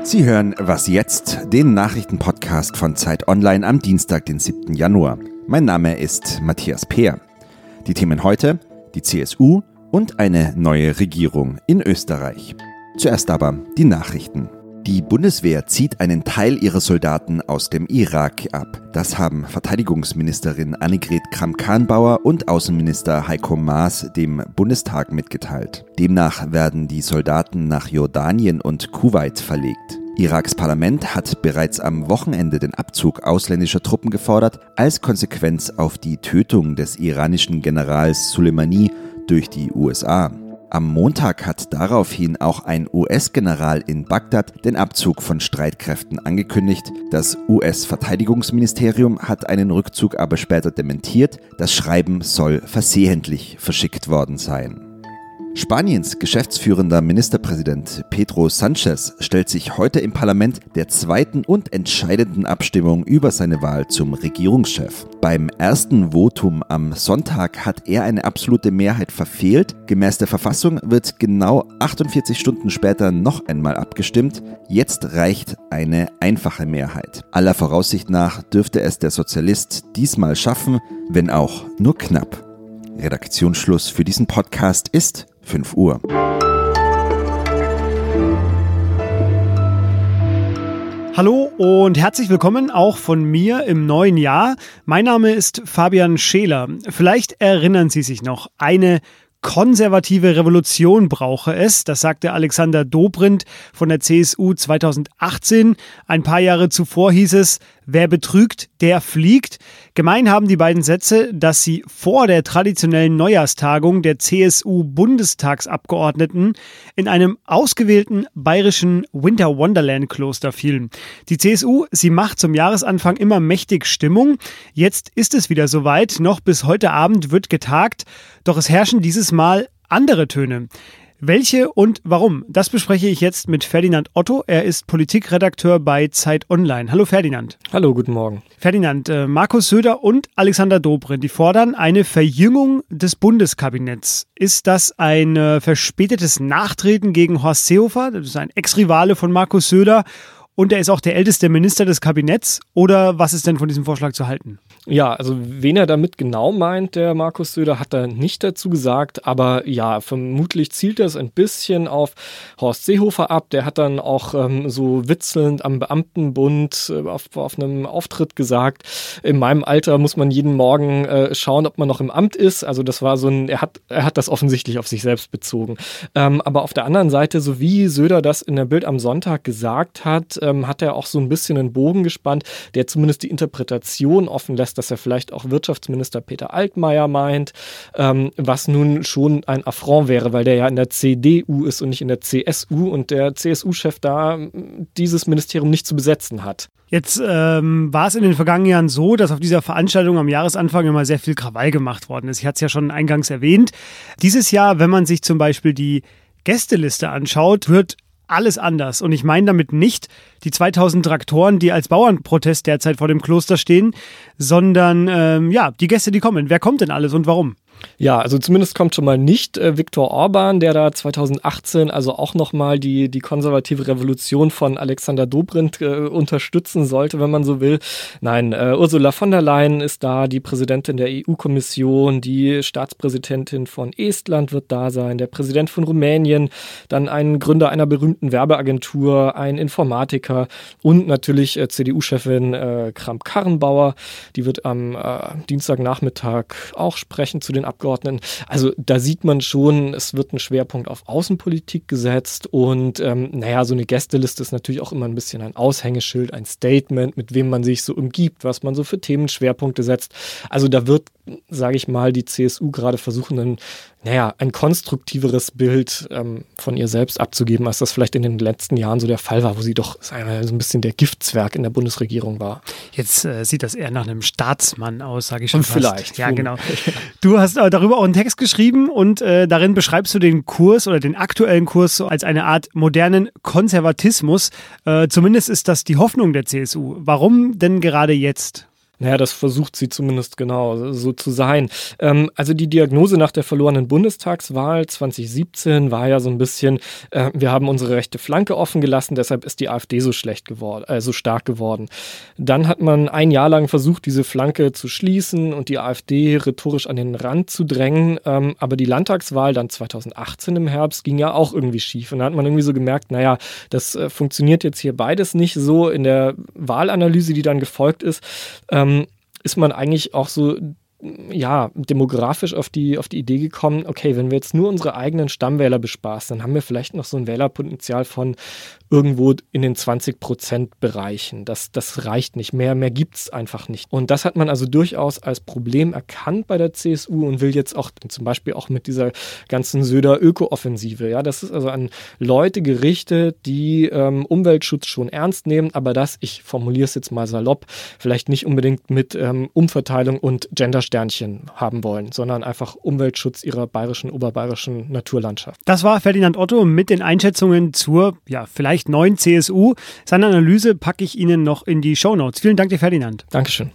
Sie hören Was jetzt?, den Nachrichtenpodcast von Zeit Online am Dienstag, den 7. Januar. Mein Name ist Matthias Peer. Die Themen heute: die CSU und eine neue Regierung in Österreich. Zuerst aber die Nachrichten. Die Bundeswehr zieht einen Teil ihrer Soldaten aus dem Irak ab. Das haben Verteidigungsministerin Annegret Kramp-Karrenbauer und Außenminister Heiko Maas dem Bundestag mitgeteilt. Demnach werden die Soldaten nach Jordanien und Kuwait verlegt. Iraks Parlament hat bereits am Wochenende den Abzug ausländischer Truppen gefordert, als Konsequenz auf die Tötung des iranischen Generals Soleimani durch die USA. Am Montag hat daraufhin auch ein US-General in Bagdad den Abzug von Streitkräften angekündigt. Das US-Verteidigungsministerium hat einen Rückzug aber später dementiert. Das Schreiben soll versehentlich verschickt worden sein. Spaniens geschäftsführender Ministerpräsident Pedro Sánchez stellt sich heute im Parlament der zweiten und entscheidenden Abstimmung über seine Wahl zum Regierungschef. Beim ersten Votum am Sonntag hat er eine absolute Mehrheit verfehlt. Gemäß der Verfassung wird genau 48 Stunden später noch einmal abgestimmt. Jetzt reicht eine einfache Mehrheit. Aller Voraussicht nach dürfte es der Sozialist diesmal schaffen, wenn auch nur knapp. Redaktionsschluss für diesen Podcast ist 5 Uhr. Hallo und herzlich willkommen auch von mir im neuen Jahr. Mein Name ist Fabian Scheler. Vielleicht erinnern Sie sich noch, eine konservative Revolution brauche es. Das sagte Alexander Dobrindt von der CSU 2018. Ein paar Jahre zuvor hieß es: Wer betrügt, der fliegt. Gemein haben die beiden Sätze, dass sie vor der traditionellen Neujahrstagung der CSU-Bundestagsabgeordneten in einem ausgewählten bayerischen Winter Wonderland Kloster fielen. Die CSU, sie macht zum Jahresanfang immer mächtig Stimmung. Jetzt ist es wieder soweit. Noch bis heute Abend wird getagt. Doch es herrschen dieses Mal andere Töne. Welche und warum? Das bespreche ich jetzt mit Ferdinand Otto. Er ist Politikredakteur bei Zeit Online. Hallo Ferdinand. Hallo, guten Morgen. Ferdinand, Markus Söder und Alexander Dobrindt, die fordern eine Verjüngung des Bundeskabinetts. Ist das ein verspätetes Nachtreten gegen Horst Seehofer? Das ist ein Ex-Rivale von Markus Söder. Und er ist auch der älteste Minister des Kabinetts. Oder was ist denn von diesem Vorschlag zu halten? Ja, also wen er damit genau meint, der Markus Söder, hat er nicht dazu gesagt. Aber ja, vermutlich zielt er es ein bisschen auf Horst Seehofer ab. Der hat dann auch so witzelnd am Beamtenbund auf einem Auftritt gesagt: In meinem Alter muss man jeden Morgen schauen, ob man noch im Amt ist. Also das war so er hat das offensichtlich auf sich selbst bezogen. Aber auf der anderen Seite, so wie Söder das in der Bild am Sonntag gesagt hat, hat er auch so ein bisschen einen Bogen gespannt, der zumindest die Interpretation offen lässt, dass er vielleicht auch Wirtschaftsminister Peter Altmaier meint, was nun schon ein Affront wäre, weil der ja in der CDU ist und nicht in der CSU und der CSU-Chef da dieses Ministerium nicht zu besetzen hat. Jetzt war es in den vergangenen Jahren so, dass auf dieser Veranstaltung am Jahresanfang immer sehr viel Krawall gemacht worden ist. Ich hatte es ja schon eingangs erwähnt. Dieses Jahr, wenn man sich zum Beispiel die Gästeliste anschaut, wird alles anders. Und ich meine damit nicht die 2000 Traktoren, die als Bauernprotest derzeit vor dem Kloster stehen, sondern die Gäste, die kommen. Wer kommt denn alles und warum? Ja, also zumindest kommt schon mal nicht Viktor Orban, der da 2018 also auch nochmal die konservative Revolution von Alexander Dobrindt unterstützen sollte, wenn man so will. Nein, Ursula von der Leyen ist da, die Präsidentin der EU-Kommission, die Staatspräsidentin von Estland wird da sein, der Präsident von Rumänien, dann ein Gründer einer berühmten Werbeagentur, ein Informatiker und natürlich CDU-Chefin Kramp-Karrenbauer. Die wird am Dienstagnachmittag auch sprechen zu den Abgeordneten. Also da sieht man schon, es wird ein Schwerpunkt auf Außenpolitik gesetzt und so eine Gästeliste ist natürlich auch immer ein bisschen ein Aushängeschild, ein Statement, mit wem man sich so umgibt, was man so für Themenschwerpunkte setzt. Also da wird, sage ich mal, die CSU gerade versuchen, ein konstruktiveres Bild von ihr selbst abzugeben, als das vielleicht in den letzten Jahren so der Fall war, wo sie doch so ein bisschen der Giftzwerg in der Bundesregierung war. Jetzt sieht das eher nach einem Staatsmann aus, sage ich schon fast. Vielleicht. Ja, genau. Du hast darüber auch einen Text geschrieben und darin beschreibst du den Kurs oder den aktuellen Kurs so als eine Art modernen Konservatismus. Zumindest ist das die Hoffnung der CSU. Warum denn gerade jetzt? Naja, das versucht sie zumindest genau so zu sein. Also die Diagnose nach der verlorenen Bundestagswahl 2017 war ja so ein bisschen, wir haben unsere rechte Flanke offen gelassen, deshalb ist die AfD so so stark geworden. Dann hat man ein Jahr lang versucht, diese Flanke zu schließen und die AfD rhetorisch an den Rand zu drängen. Aber die Landtagswahl dann 2018 im Herbst ging ja auch irgendwie schief. Und da hat man irgendwie so gemerkt, naja, das funktioniert jetzt hier beides nicht so. In der Wahlanalyse, die dann gefolgt ist man eigentlich auch so demografisch auf die Idee gekommen, okay, wenn wir jetzt nur unsere eigenen Stammwähler bespaßen, dann haben wir vielleicht noch so ein Wählerpotenzial von irgendwo in den 20%-Bereichen. Das reicht nicht. Mehr gibt's einfach nicht. Und das hat man also durchaus als Problem erkannt bei der CSU und will jetzt auch zum Beispiel auch mit dieser ganzen Söder-Öko-Offensive. Ja, das ist also an Leute gerichtet, die Umweltschutz schon ernst nehmen, aber das, ich formuliere es jetzt mal salopp, vielleicht nicht unbedingt mit Umverteilung und Gendersternchen haben wollen, sondern einfach Umweltschutz ihrer oberbayerischen Naturlandschaft. Das war Ferdinand Otto mit den Einschätzungen zur, vielleicht neuen CSU. Seine Analyse packe ich Ihnen noch in die Shownotes. Vielen Dank dir, Ferdinand. Dankeschön.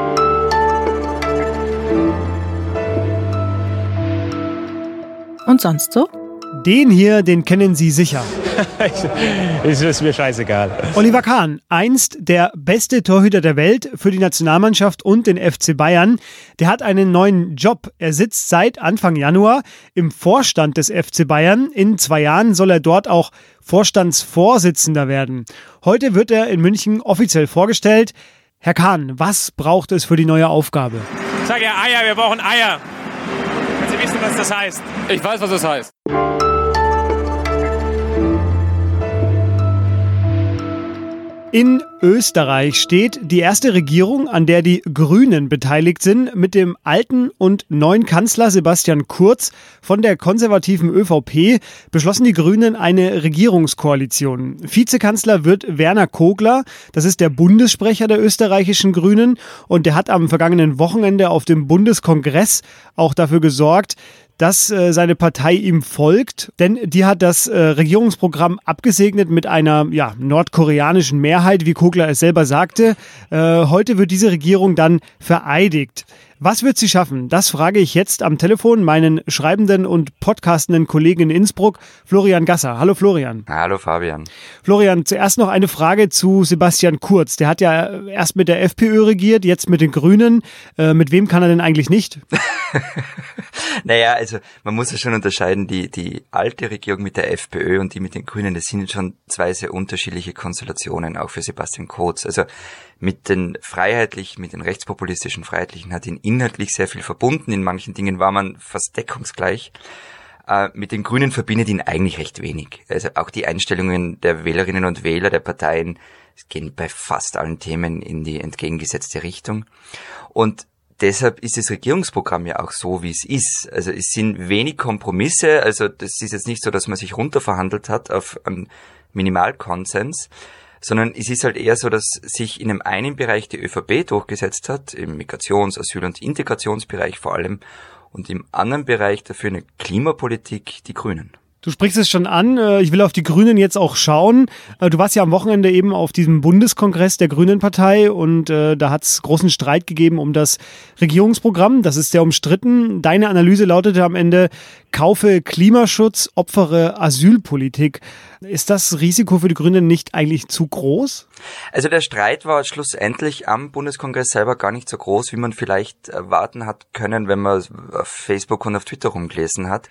Und sonst so? Den hier, den kennen Sie sicher. Ist mir scheißegal. Oliver Kahn, einst der beste Torhüter der Welt für die Nationalmannschaft und den FC Bayern, der hat einen neuen Job. Er sitzt seit Anfang Januar im Vorstand des FC Bayern. In 2 Jahren soll er dort auch Vorstandsvorsitzender werden. Heute wird er in München offiziell vorgestellt. Herr Kahn, was braucht es für die neue Aufgabe? Ich sage ja Eier, wir brauchen Eier. Sie wissen, was das heißt. Ich weiß, was das heißt. In Österreich steht die erste Regierung, an der die Grünen beteiligt sind, mit dem alten und neuen Kanzler Sebastian Kurz von der konservativen ÖVP beschlossen die Grünen eine Regierungskoalition. Vizekanzler wird Werner Kogler, das ist der Bundessprecher der österreichischen Grünen und der hat am vergangenen Wochenende auf dem Bundeskongress auch dafür gesorgt, dass seine Partei ihm folgt, denn die hat das Regierungsprogramm abgesegnet mit einer nordkoreanischen Mehrheit, wie Kogler es selber sagte. Heute wird diese Regierung dann vereidigt. Was wird sie schaffen? Das frage ich jetzt am Telefon meinen schreibenden und podcastenden Kollegen in Innsbruck, Florian Gasser. Hallo Florian. Hallo Fabian. Florian, zuerst noch eine Frage zu Sebastian Kurz. Der hat ja erst mit der FPÖ regiert, jetzt mit den Grünen. Mit wem kann er denn eigentlich nicht? Naja, also man muss ja schon unterscheiden, die alte Regierung mit der FPÖ und die mit den Grünen, das sind schon 2 sehr unterschiedliche Konstellationen, auch für Sebastian Kurz. Also mit den rechtspopulistischen Freiheitlichen hat ihn inhaltlich sehr viel verbunden. In manchen Dingen war man fast deckungsgleich. Mit den Grünen verbindet ihn eigentlich recht wenig. Also auch die Einstellungen der Wählerinnen und Wähler der Parteien gehen bei fast allen Themen in die entgegengesetzte Richtung. Und deshalb ist das Regierungsprogramm ja auch so, wie es ist. Also es sind wenig Kompromisse. Also das ist jetzt nicht so, dass man sich runterverhandelt hat auf einen Minimalkonsens, sondern es ist halt eher so, dass sich in einem einen Bereich die ÖVP durchgesetzt hat, im Migrations-, Asyl- und Integrationsbereich vor allem, und im anderen Bereich dafür eine Klimapolitik die Grünen. Du sprichst es schon an. Ich will auf die Grünen jetzt auch schauen. Du warst ja am Wochenende eben auf diesem Bundeskongress der Grünen-Partei und da hat es großen Streit gegeben um das Regierungsprogramm. Das ist sehr umstritten. Deine Analyse lautete am Ende: Kaufe Klimaschutz, opfere Asylpolitik. Ist das Risiko für die Grünen nicht eigentlich zu groß? Also der Streit war schlussendlich am Bundeskongress selber gar nicht so groß, wie man vielleicht erwarten hat können, wenn man auf Facebook und auf Twitter rumgelesen hat.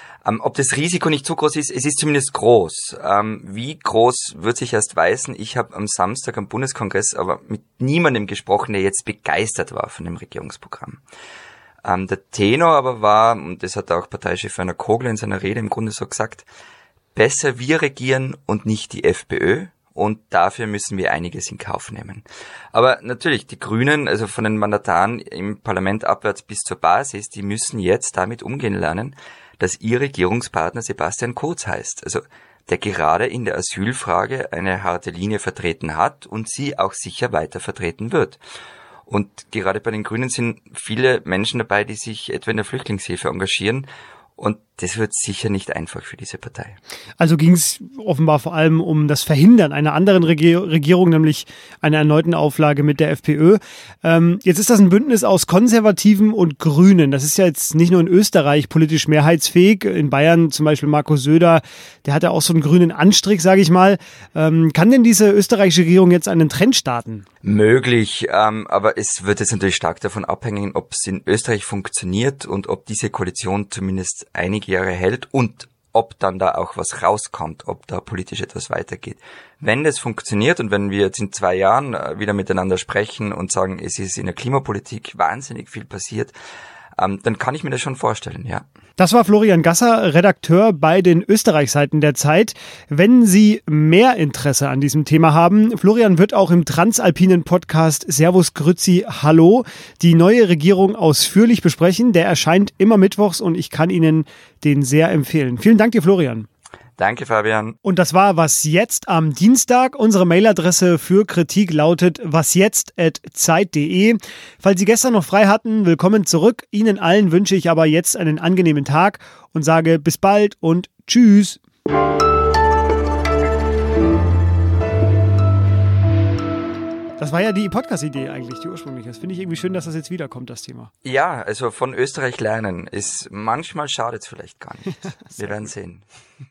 Ob das Risiko nicht zu groß ist, es ist zumindest groß. Wie groß wird sich erst weisen. Ich habe am Samstag am Bundeskongress aber mit niemandem gesprochen, der jetzt begeistert war von dem Regierungsprogramm. Der Tenor aber war, und das hat auch Parteichef Werner Kogler in seiner Rede im Grunde so gesagt: Besser wir regieren und nicht die FPÖ. Und dafür müssen wir einiges in Kauf nehmen. Aber natürlich, die Grünen, also von den Mandataren im Parlament abwärts bis zur Basis, die müssen jetzt damit umgehen lernen, dass ihr Regierungspartner Sebastian Kurz heißt. Also der gerade in der Asylfrage eine harte Linie vertreten hat und sie auch sicher weiter vertreten wird. Und gerade bei den Grünen sind viele Menschen dabei, die sich etwa in der Flüchtlingshilfe engagieren. Und das wird sicher nicht einfach für diese Partei. Also ging es offenbar vor allem um das Verhindern einer anderen Regierung, nämlich einer erneuten Auflage mit der FPÖ. Jetzt ist das ein Bündnis aus Konservativen und Grünen. Das ist ja jetzt nicht nur in Österreich politisch mehrheitsfähig. In Bayern zum Beispiel Markus Söder, der hat ja auch so einen grünen Anstrich, sage ich mal. Kann denn diese österreichische Regierung jetzt einen Trend starten? Möglich, aber es wird jetzt natürlich stark davon abhängen, ob es in Österreich funktioniert und ob diese Koalition zumindest einige Jahre hält und ob dann da auch was rauskommt, ob da politisch etwas weitergeht. Wenn das funktioniert und wenn wir jetzt in 2 Jahren wieder miteinander sprechen und sagen, es ist in der Klimapolitik wahnsinnig viel passiert, dann kann ich mir das schon vorstellen, ja. Das war Florian Gasser, Redakteur bei den Österreichseiten der Zeit. Wenn Sie mehr Interesse an diesem Thema haben, Florian wird auch im transalpinen Podcast Servus Grüezi Hallo die neue Regierung ausführlich besprechen. Der erscheint immer mittwochs und ich kann Ihnen den sehr empfehlen. Vielen Dank dir, Florian. Danke, Fabian. Und das war Was Jetzt am Dienstag. Unsere Mailadresse für Kritik lautet wasjetzt@zeit.de. Falls Sie gestern noch frei hatten, willkommen zurück. Ihnen allen wünsche ich aber jetzt einen angenehmen Tag und sage bis bald und tschüss. Das war ja die Podcast-Idee eigentlich, die ursprüngliche. Das finde ich irgendwie schön, dass das jetzt wiederkommt, das Thema. Ja, also von Österreich lernen ist manchmal schadet es vielleicht gar nicht. Wir werden sehen.